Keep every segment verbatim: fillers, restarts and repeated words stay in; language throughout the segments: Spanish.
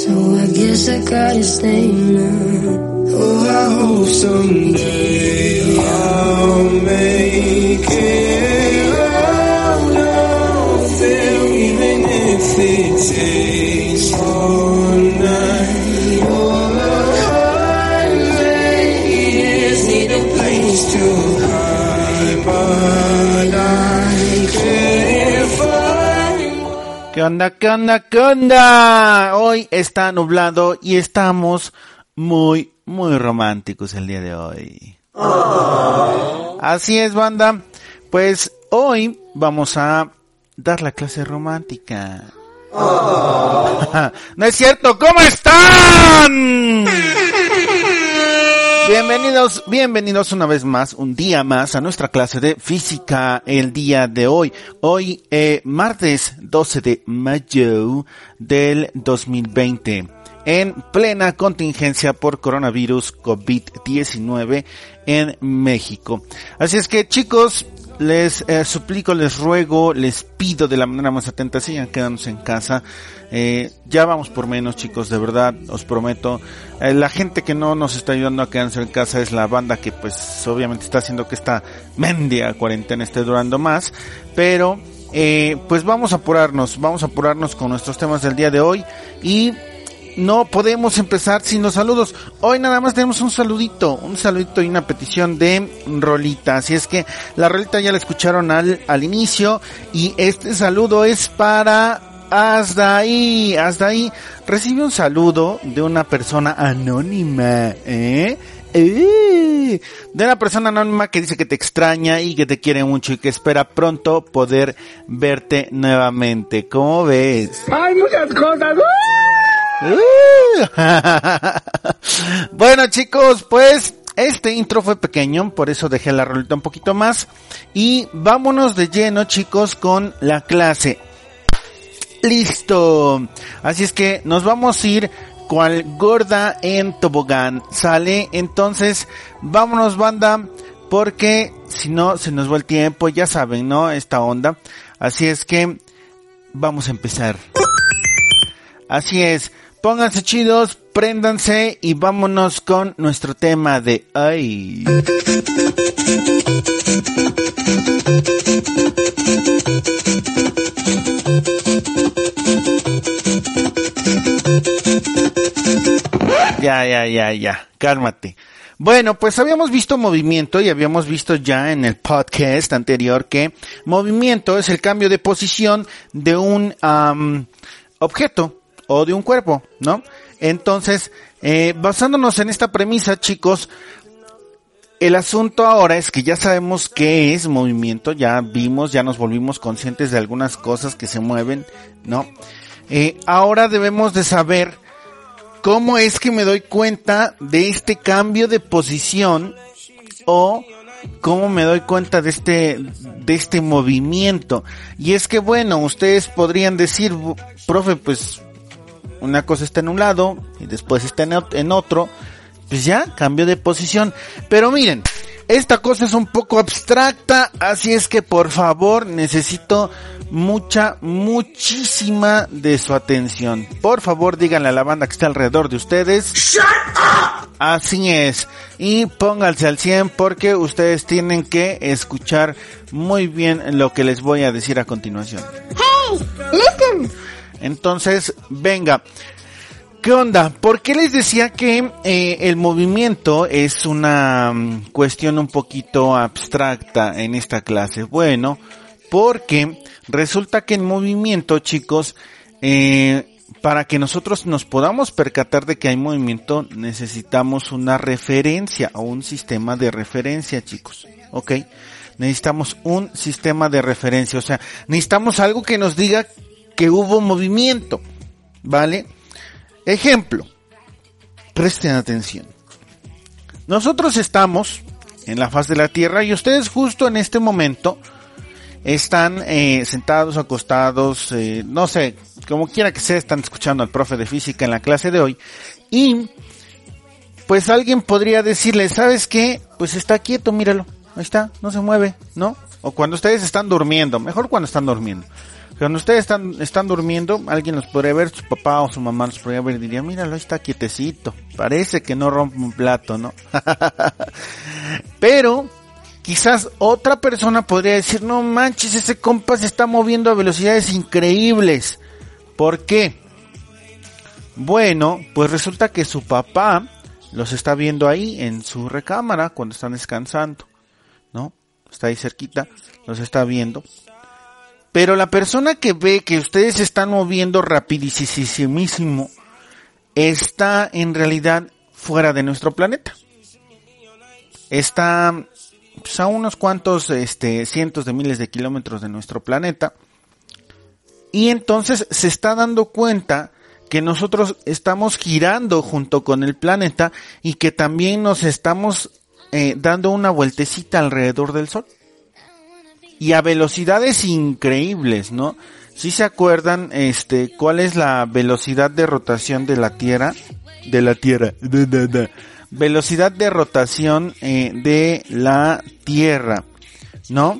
So I guess I gotta stay now. Oh, I hope someday I'll make it out of there, even if it takes all night. All I is need a place to hide, but I can't find. ¿Qué onda, qué onda, qué onda? Hoy está nublado y estamos muy, muy románticos el día de hoy. Oh. Así es, banda. Pues hoy vamos a dar la clase romántica. Oh. No es cierto, ¿cómo están? Bienvenidos, bienvenidos una vez más, un día más a nuestra clase de física el día de hoy. Hoy, eh, martes doce de mayo del dos mil veinte. En plena contingencia por coronavirus covid diecinueve en México. Así es que, chicos, les eh, suplico, les ruego, les pido de la manera más atenta, sigan quedándose en casa. Eh, ya vamos por menos, chicos, de verdad, os prometo. Eh, la gente que no nos está ayudando a quedarse en casa es la banda que, pues, obviamente está haciendo que esta mendiga cuarentena esté durando más. Pero, eh, pues vamos a apurarnos, vamos a apurarnos con nuestros temas del día de hoy y no podemos empezar sin los saludos. Hoy nada más tenemos un saludito, un saludito y una petición de rolita. Así es que la rolita ya la escucharon al, al inicio. Y este saludo es para Hasta ahí, hasta ahí. Recibe un saludo de una persona anónima, ¿eh? Eh, de una persona anónima que dice que te extraña y que te quiere mucho y que espera pronto poder verte nuevamente. ¿Cómo ves? Hay muchas cosas. Uh. Bueno, chicos, pues este intro fue pequeño, por eso dejé la rolita un poquito más. Y vámonos de lleno, chicos, con la clase. Listo. Así es que nos vamos a ir cual gorda en tobogán. ¿Sale? Entonces, vámonos, banda, porque si no se nos va el tiempo, ya saben, ¿no? Esta onda. Así es que vamos a empezar. Así es. Pónganse chidos, préndanse y vámonos con nuestro tema de hoy. Ya, ya, ya, ya, cálmate. Bueno, pues habíamos visto movimiento y habíamos visto ya en el podcast anterior que movimiento es el cambio de posición de un um, objeto o de un cuerpo, ¿no? Entonces, eh, basándonos en esta premisa, chicos, el asunto ahora es que ya sabemos qué es movimiento, ya vimos, ya nos volvimos conscientes de algunas cosas que se mueven, ¿no? Eh, ahora debemos de saber cómo es que me doy cuenta de este cambio de posición o cómo me doy cuenta de este, de este movimiento. Y es que, bueno, ustedes podrían decir, profe, pues una cosa está en un lado y después está en otro, pues ya, cambio de posición. Pero miren, esta cosa es un poco abstracta, así es que por favor necesito mucha, muchísima de su atención. Por favor, díganle a la banda que está alrededor de ustedes. ¡Shut up! Así es. Y pónganse al cien porque ustedes tienen que escuchar muy bien lo que les voy a decir a continuación. Hey, listen. Entonces, venga. ¿Qué onda? ¿Por qué les decía que eh, el movimiento es una um, cuestión un poquito abstracta en esta clase? Bueno, porque resulta que el movimiento, chicos, eh, para que nosotros nos podamos percatar de que hay movimiento, necesitamos una referencia o un sistema de referencia, chicos. ¿Ok? Necesitamos un sistema de referencia, o sea, necesitamos algo que nos diga que hubo movimiento, ¿vale? Ejemplo, presten atención. Nosotros estamos en la faz de la Tierra y ustedes justo en este momento están eh, sentados, acostados, eh, no sé, como quiera que sea, están escuchando al profe de física en la clase de hoy y pues alguien podría decirle, ¿sabes qué? Pues está quieto, míralo, ahí está, no se mueve, ¿no? O cuando ustedes están durmiendo, mejor cuando están durmiendo. Cuando ustedes están, están durmiendo, alguien los podría ver, su papá o su mamá los podría ver y diría, míralo, está quietecito, parece que no rompe un plato, ¿no? Pero quizás otra persona podría decir, no manches, ese compa se está moviendo a velocidades increíbles. ¿Por qué? Bueno, pues resulta que su papá los está viendo ahí en su recámara cuando están descansando, ¿no? Está ahí cerquita, los está viendo. Pero la persona que ve que ustedes se están moviendo rapidísimo está en realidad fuera de nuestro planeta. Está pues, a unos cuantos este, cientos de miles de kilómetros de nuestro planeta. Y entonces se está dando cuenta que nosotros estamos girando junto con el planeta y que también nos estamos eh, dando una vueltecita alrededor del Sol. Y a velocidades increíbles, ¿no? ¿Sí se acuerdan este cuál es la velocidad de rotación de la Tierra? De la Tierra. Da, da, da. Velocidad de rotación eh, de la Tierra, ¿no?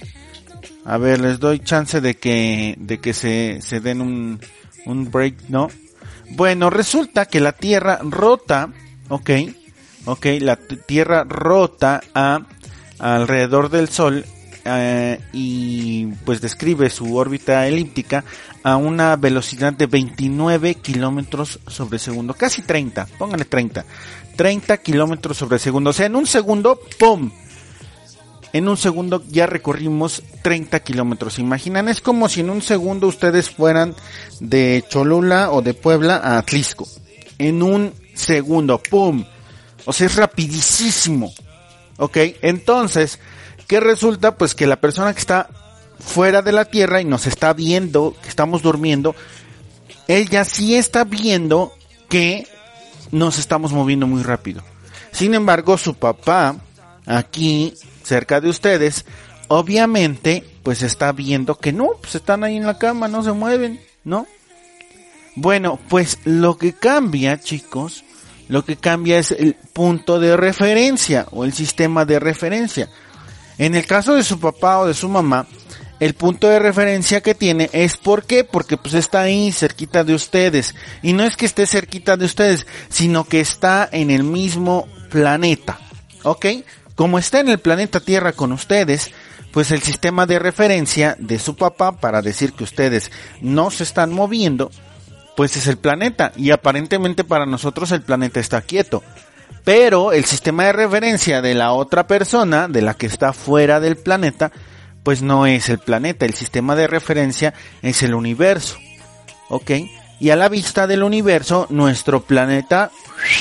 A ver, les doy chance de que de que se se den un un break, ¿no? Bueno, resulta que la Tierra rota, ¿ok? ¿Ok? La t- Tierra rota a alrededor del Sol. Uh, y pues describe su órbita elíptica a una velocidad de veintinueve kilómetros sobre segundo, casi treinta, pónganle treinta, treinta kilómetros sobre segundo, o sea, en un segundo, ¡pum! En un segundo ya recorrimos treinta kilómetros, imaginan, es como si en un segundo ustedes fueran de Cholula o de Puebla a Atlisco, en un segundo, ¡pum! O sea, es rapidísimo, ¿ok? Entonces, ¿qué resulta? Pues que la persona que está fuera de la Tierra y nos está viendo, que estamos durmiendo, ella sí está viendo que nos estamos moviendo muy rápido. Sin embargo, su papá, aquí, cerca de ustedes, obviamente, pues está viendo que no, pues están ahí en la cama, no se mueven, ¿no? Bueno, pues lo que cambia, chicos, lo que cambia es el punto de referencia o el sistema de referencia. En el caso de su papá o de su mamá, el punto de referencia que tiene es ¿por qué? Porque pues está ahí cerquita de ustedes. Y no es que esté cerquita de ustedes, sino que está en el mismo planeta. ¿Ok? Como está en el planeta Tierra con ustedes, pues el sistema de referencia de su papá para decir que ustedes no se están moviendo, pues es el planeta. Y aparentemente para nosotros el planeta está quieto. Pero el sistema de referencia de la otra persona, de la que está fuera del planeta, pues no es el planeta. El sistema de referencia es el universo. ¿Ok? Y a la vista del universo, nuestro planeta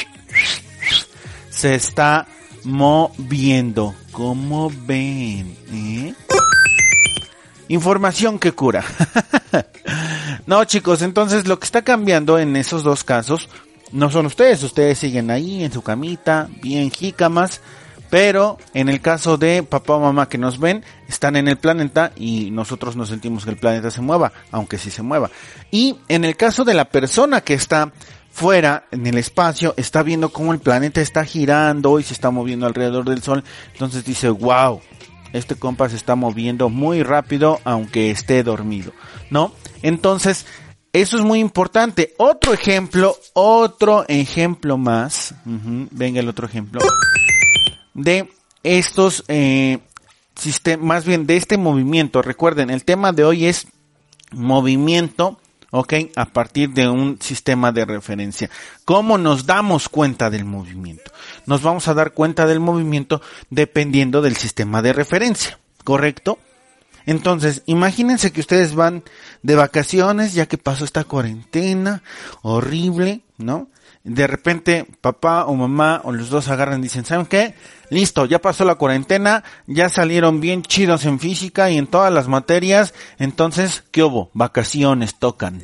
se está moviendo. ¿Cómo ven? ¿Eh? Información que cura. No, chicos, entonces lo que está cambiando en esos dos casos no son ustedes, ustedes siguen ahí en su camita, bien jícamas, pero en el caso de papá o mamá que nos ven, están en el planeta y nosotros no sentimos que el planeta se mueva, aunque sí se mueva. Y en el caso de la persona que está fuera en el espacio, está viendo cómo el planeta está girando y se está moviendo alrededor del Sol, entonces dice, wow, este compa se está moviendo muy rápido aunque esté dormido, ¿no? Entonces, eso es muy importante. Otro ejemplo, otro ejemplo más. Uh-huh, venga el otro ejemplo. De estos, eh, sistem- más bien de este movimiento. Recuerden, el tema de hoy es movimiento, ok, a partir de un sistema de referencia. ¿Cómo nos damos cuenta del movimiento? Nos vamos a dar cuenta del movimiento dependiendo del sistema de referencia, ¿correcto? Entonces, imagínense que ustedes van de vacaciones, ya que pasó esta cuarentena horrible, ¿no? De repente, papá o mamá o los dos agarran y dicen, ¿saben qué? Listo, ya pasó la cuarentena, ya salieron bien chidos en física y en todas las materias, entonces, ¿qué hubo? Vacaciones tocan.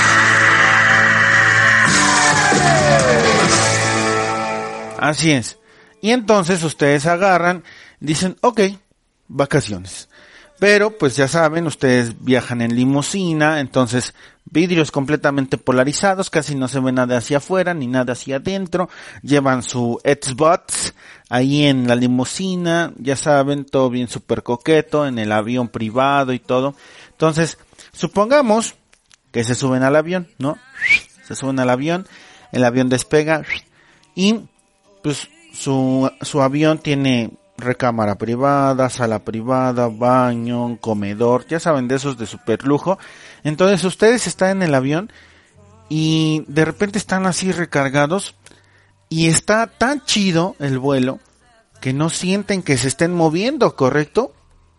Así es. Y entonces ustedes agarran, dicen, ok, vacaciones. Pero, pues ya saben, ustedes viajan en limusina, entonces vidrios completamente polarizados, casi no se ve nada hacia afuera ni nada hacia adentro. Llevan su Xbox ahí en la limusina, ya saben, todo bien súper coqueto, en el avión privado y todo. Entonces, Supongamos que se suben al avión, ¿no? Se suben al avión, el avión despega y pues su, su avión tiene recámara privada, sala privada, baño, comedor, ya saben, de esos de super lujo. Entonces ustedes están en el avión y de repente están así recargados y está tan chido el vuelo que no sienten que se estén moviendo, ¿correcto?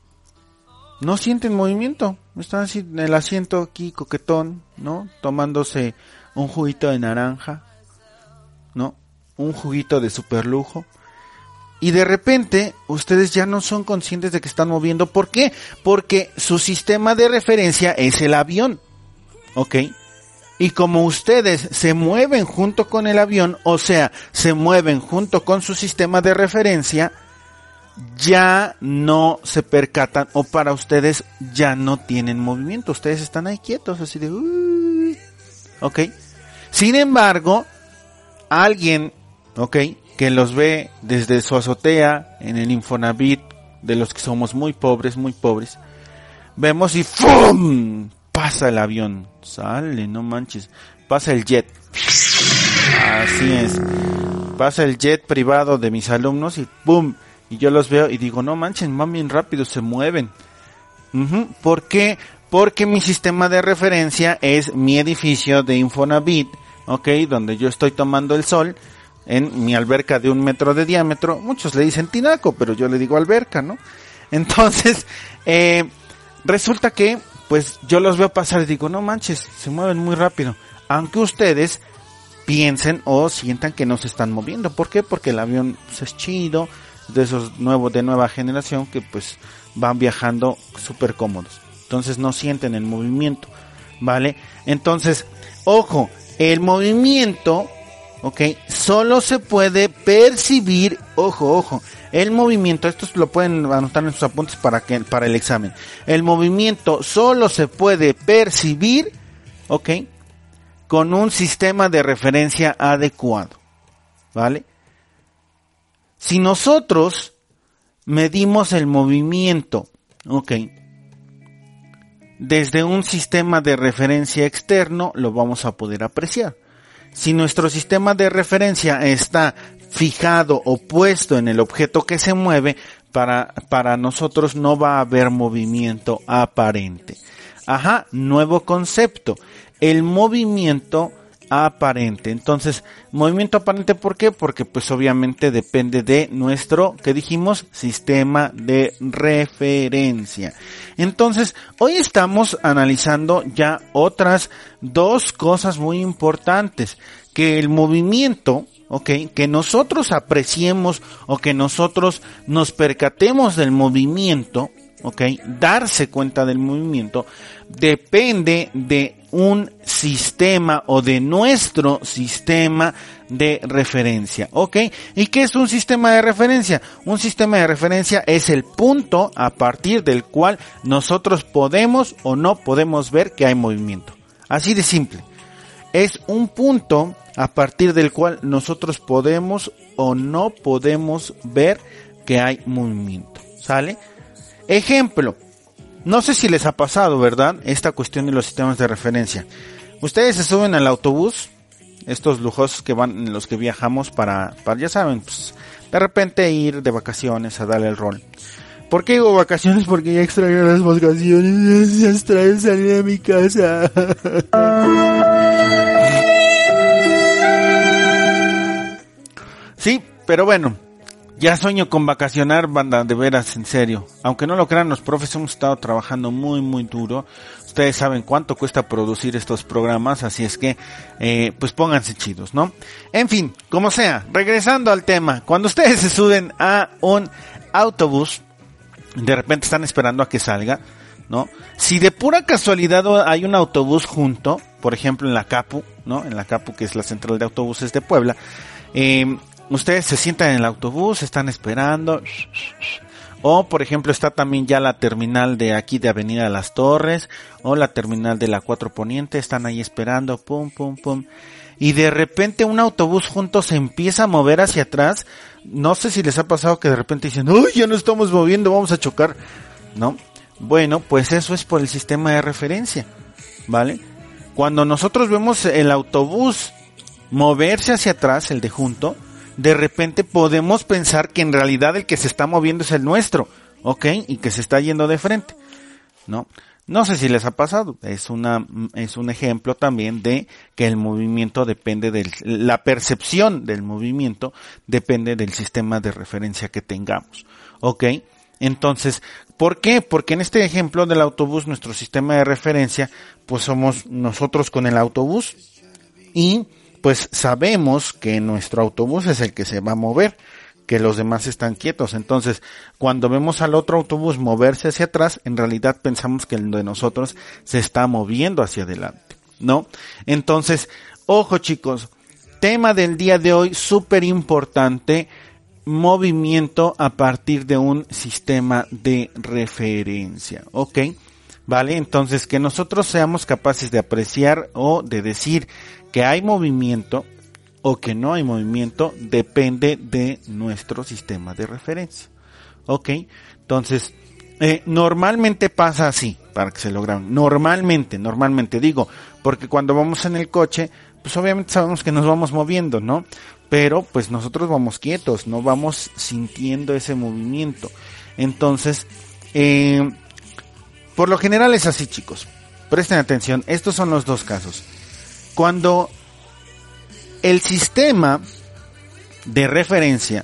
No sienten movimiento, están así en el asiento aquí coquetón, ¿no? Tomándose un juguito de naranja, ¿no? Un juguito de super lujo. Y de repente ustedes ya no son conscientes de que están moviendo. ¿Por qué? Porque su sistema de referencia es el avión, ¿ok? Y como ustedes se mueven junto con el avión, o sea, se mueven junto con su sistema de referencia, ya no se percatan o para ustedes ya no tienen movimiento. Ustedes están ahí quietos, así de... Uh, ¿ok? Sin embargo, alguien, ¿ok?, que los ve desde su azotea en el Infonavit, de los que somos muy pobres, muy pobres, vemos y ¡fum! Pasa el avión, sale, no manches, pasa el jet, así es, pasa el jet privado de mis alumnos y ¡pum! Y yo los veo y digo, no manches, van bien rápido, se mueven. Uh-huh. ¿Por qué? Porque mi sistema de referencia es mi edificio de Infonavit, ¿ok?, donde yo estoy tomando el sol, en mi alberca de un metro de diámetro. Muchos le dicen tinaco, pero yo le digo alberca, ¿no? Entonces, eh, resulta que, pues, yo los veo pasar y digo, no manches, se mueven muy rápido. Aunque ustedes piensen o sientan que no se están moviendo. ¿Por qué? Porque el avión pues, es chido, de esos nuevos, de nueva generación, que pues van viajando súper cómodos. Entonces no sienten el movimiento, ¿vale? Entonces, ojo, el movimiento... ok, solo se puede percibir, ojo, ojo, el movimiento, esto lo pueden anotar en sus apuntes para que, para el examen, el movimiento solo se puede percibir, ok, con un sistema de referencia adecuado, ¿vale? Si nosotros medimos el movimiento, ok, desde un sistema de referencia externo, lo vamos a poder apreciar. Si nuestro sistema de referencia está fijado o puesto en el objeto que se mueve, para, para nosotros no va a haber movimiento aparente. Ajá, nuevo concepto, el movimiento aparente. Entonces, movimiento aparente, ¿por qué? Porque pues obviamente depende de nuestro, ¿qué dijimos? Sistema de referencia. Entonces, hoy estamos analizando ya otras dos cosas muy importantes, que el movimiento, ok, que nosotros apreciemos o que nosotros nos percatemos del movimiento, ok, darse cuenta del movimiento, depende de un sistema o de nuestro sistema de referencia, ¿ok? ¿Y qué es un sistema de referencia? Un sistema de referencia es el punto a partir del cual nosotros podemos o no podemos ver que hay movimiento. Así de simple. Es un punto a partir del cual nosotros podemos o no podemos ver que hay movimiento, ¿sale? Ejemplo. No sé si les ha pasado, ¿verdad? Esta cuestión de los sistemas de referencia. Ustedes se suben al autobús, estos lujosos que van, en los que viajamos para, para ya saben, pues, de repente ir de vacaciones a darle el rol. ¿Por qué digo vacaciones? Porque ya extraño las vacaciones, ya extraño salir de mi casa. Sí, pero bueno. Ya sueño con vacacionar, banda, de veras, en serio. Aunque no lo crean, los profes hemos estado trabajando muy, muy duro. Ustedes saben cuánto cuesta producir estos programas, así es que, eh, pues pónganse chidos, ¿no? En fin, como sea, regresando al tema. Cuando ustedes se suben a un autobús, de repente están esperando a que salga, ¿no? Si de pura casualidad hay un autobús junto, por ejemplo en la Capu, ¿no? En la Capu, que es la central de autobuses de Puebla, eh... ustedes se sientan en el autobús, están esperando, o por ejemplo está también ya la terminal de aquí de Avenida Las Torres, o la terminal de la Cuatro Poniente, están ahí esperando, pum, pum, pum, y de repente un autobús junto se empieza a mover hacia atrás. No sé si les ha pasado que de repente dicen, uy, ya nos estamos moviendo, vamos a chocar, ¿no? Bueno, pues eso es por el sistema de referencia, ¿vale? Cuando nosotros vemos el autobús moverse hacia atrás, el de junto, de repente podemos pensar que en realidad el que se está moviendo es el nuestro, ¿ok? Y que se está yendo de frente, ¿no? No sé si les ha pasado, es una, es un ejemplo también de que el movimiento depende del, la percepción del movimiento depende del sistema de referencia que tengamos, ¿ok? Entonces, ¿por qué? Porque en este ejemplo del autobús, nuestro sistema de referencia, pues somos nosotros con el autobús y pues sabemos que nuestro autobús es el que se va a mover, que los demás están quietos. Entonces, cuando vemos al otro autobús moverse hacia atrás, en realidad pensamos que el de nosotros se está moviendo hacia adelante, ¿no? Entonces, ojo chicos, tema del día de hoy súper importante, movimiento a partir de un sistema de referencia, ¿ok? ¿Vale? Entonces, que nosotros seamos capaces de apreciar o de decir que hay movimiento o que no hay movimiento depende de nuestro sistema de referencia, ¿ok? Entonces, eh, normalmente pasa así, para que se lo graben, normalmente, normalmente digo, porque cuando vamos en el coche, pues obviamente sabemos que nos vamos moviendo, ¿no? Pero pues nosotros vamos quietos, no vamos sintiendo ese movimiento. Entonces, eh, por lo general es así, chicos, presten atención, estos son los dos casos. Cuando el sistema de referencia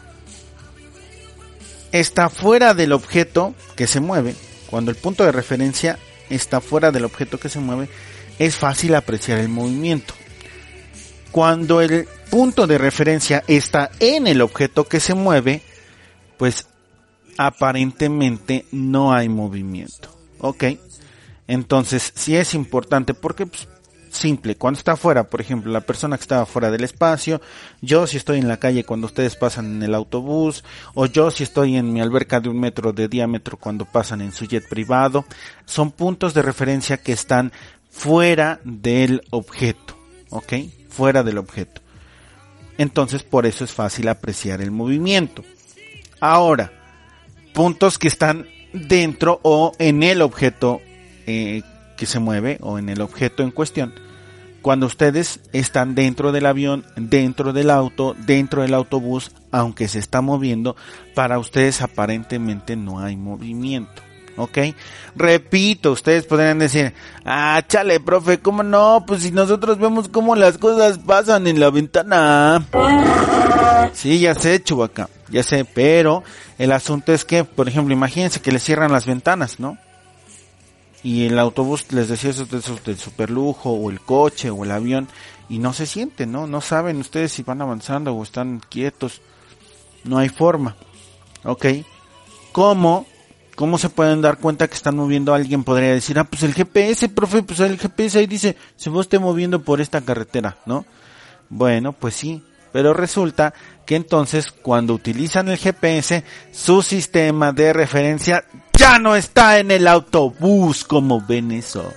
está fuera del objeto que se mueve, cuando el punto de referencia está fuera del objeto que se mueve, es fácil apreciar el movimiento. Cuando el punto de referencia está en el objeto que se mueve, pues aparentemente no hay movimiento, ¿ok? Entonces, sí es importante porque pues, simple, cuando está afuera, por ejemplo, la persona que estaba fuera del espacio, yo si estoy en la calle cuando ustedes pasan en el autobús, o yo si estoy en mi alberca de un metro de diámetro cuando pasan en su jet privado, son puntos de referencia que están fuera del objeto, ¿ok? Fuera del objeto. Entonces, por eso es fácil apreciar el movimiento. Ahora, puntos que están dentro o en el objeto eh, que se mueve o en el objeto en cuestión. Cuando ustedes están dentro del avión, dentro del auto, dentro del autobús, aunque se está moviendo, para ustedes aparentemente no hay movimiento, ¿ok? Repito, ustedes podrían decir, ah, chale, profe, ¿cómo no? Pues si nosotros vemos cómo las cosas pasan en la ventana. Sí, ya sé, Chubaca, ya sé, pero el asunto es que, por ejemplo, imagínense que les cierran las ventanas, ¿no? Y el autobús, les decía, esos de esos del superlujo, o el coche, o el avión, y no se sienten, ¿no? No saben ustedes si van avanzando o están quietos. No hay forma, ¿ok? ¿Cómo? ¿Cómo se pueden dar cuenta que están moviendo? Alguien podría decir, ah, pues el G P S, profe, pues el G P S ahí dice, se va usted moviendo por esta carretera, ¿no? Bueno, pues sí, pero resulta que entonces cuando utilizan el G P S, su sistema de referencia ya no está en el autobús. ¿Cómo ven eso?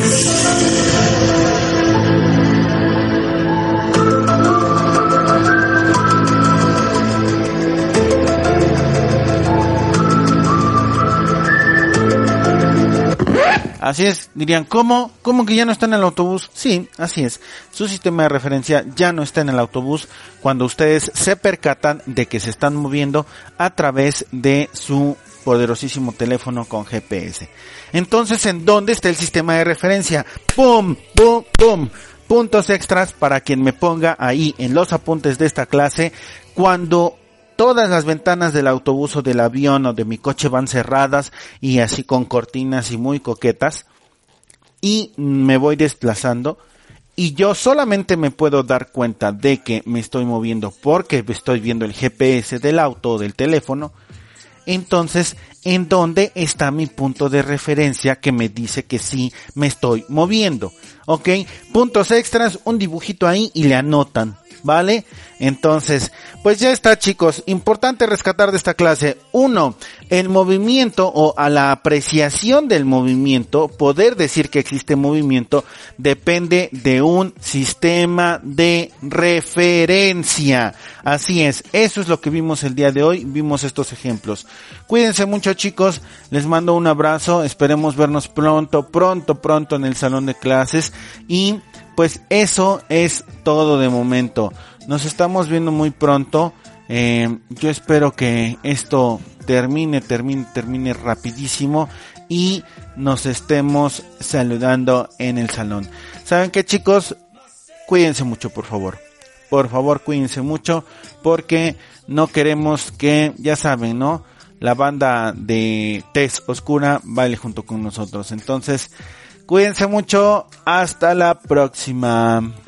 Así es, dirían, ¿cómo? ¿Cómo que ya no está en el autobús? Sí, así es. Su sistema de referencia ya no está en el autobús cuando ustedes se percatan de que se están moviendo a través de su poderosísimo teléfono con G P S. Entonces, ¿en dónde está el sistema de referencia? ¡Pum! ¡Pum! ¡Pum! Puntos extras para quien me ponga ahí en los apuntes de esta clase. Cuando todas las ventanas del autobús o del avión o de mi coche van cerradas y así con cortinas y muy coquetas, y me voy desplazando y yo solamente me puedo dar cuenta de que me estoy moviendo porque estoy viendo el G P S del auto o del teléfono, entonces, ¿en dónde está mi punto de referencia que me dice que sí me estoy moviendo? ¿Ok? Puntos extras, un dibujito ahí y le anotan, ¿Vale? Entonces, pues ya está, chicos. Importante rescatar de esta clase. Uno, el movimiento o a la apreciación del movimiento, poder decir que existe movimiento, depende de un sistema de referencia. Así es, eso es lo que vimos el día de hoy. Vimos estos ejemplos. Cuídense mucho, chicos. Les mando un abrazo. Esperemos vernos pronto, pronto, pronto en el salón de clases. Y pues eso es todo de momento. Nos estamos viendo muy pronto. Eh, yo espero que esto termine, termine, termine rapidísimo y nos estemos saludando en el salón. ¿Saben qué, chicos? Cuídense mucho, por favor. Por favor, cuídense mucho porque no queremos que, ya saben, ¿no? La banda de Tez Oscura baile junto con nosotros. Entonces, cuídense mucho. Hasta la próxima.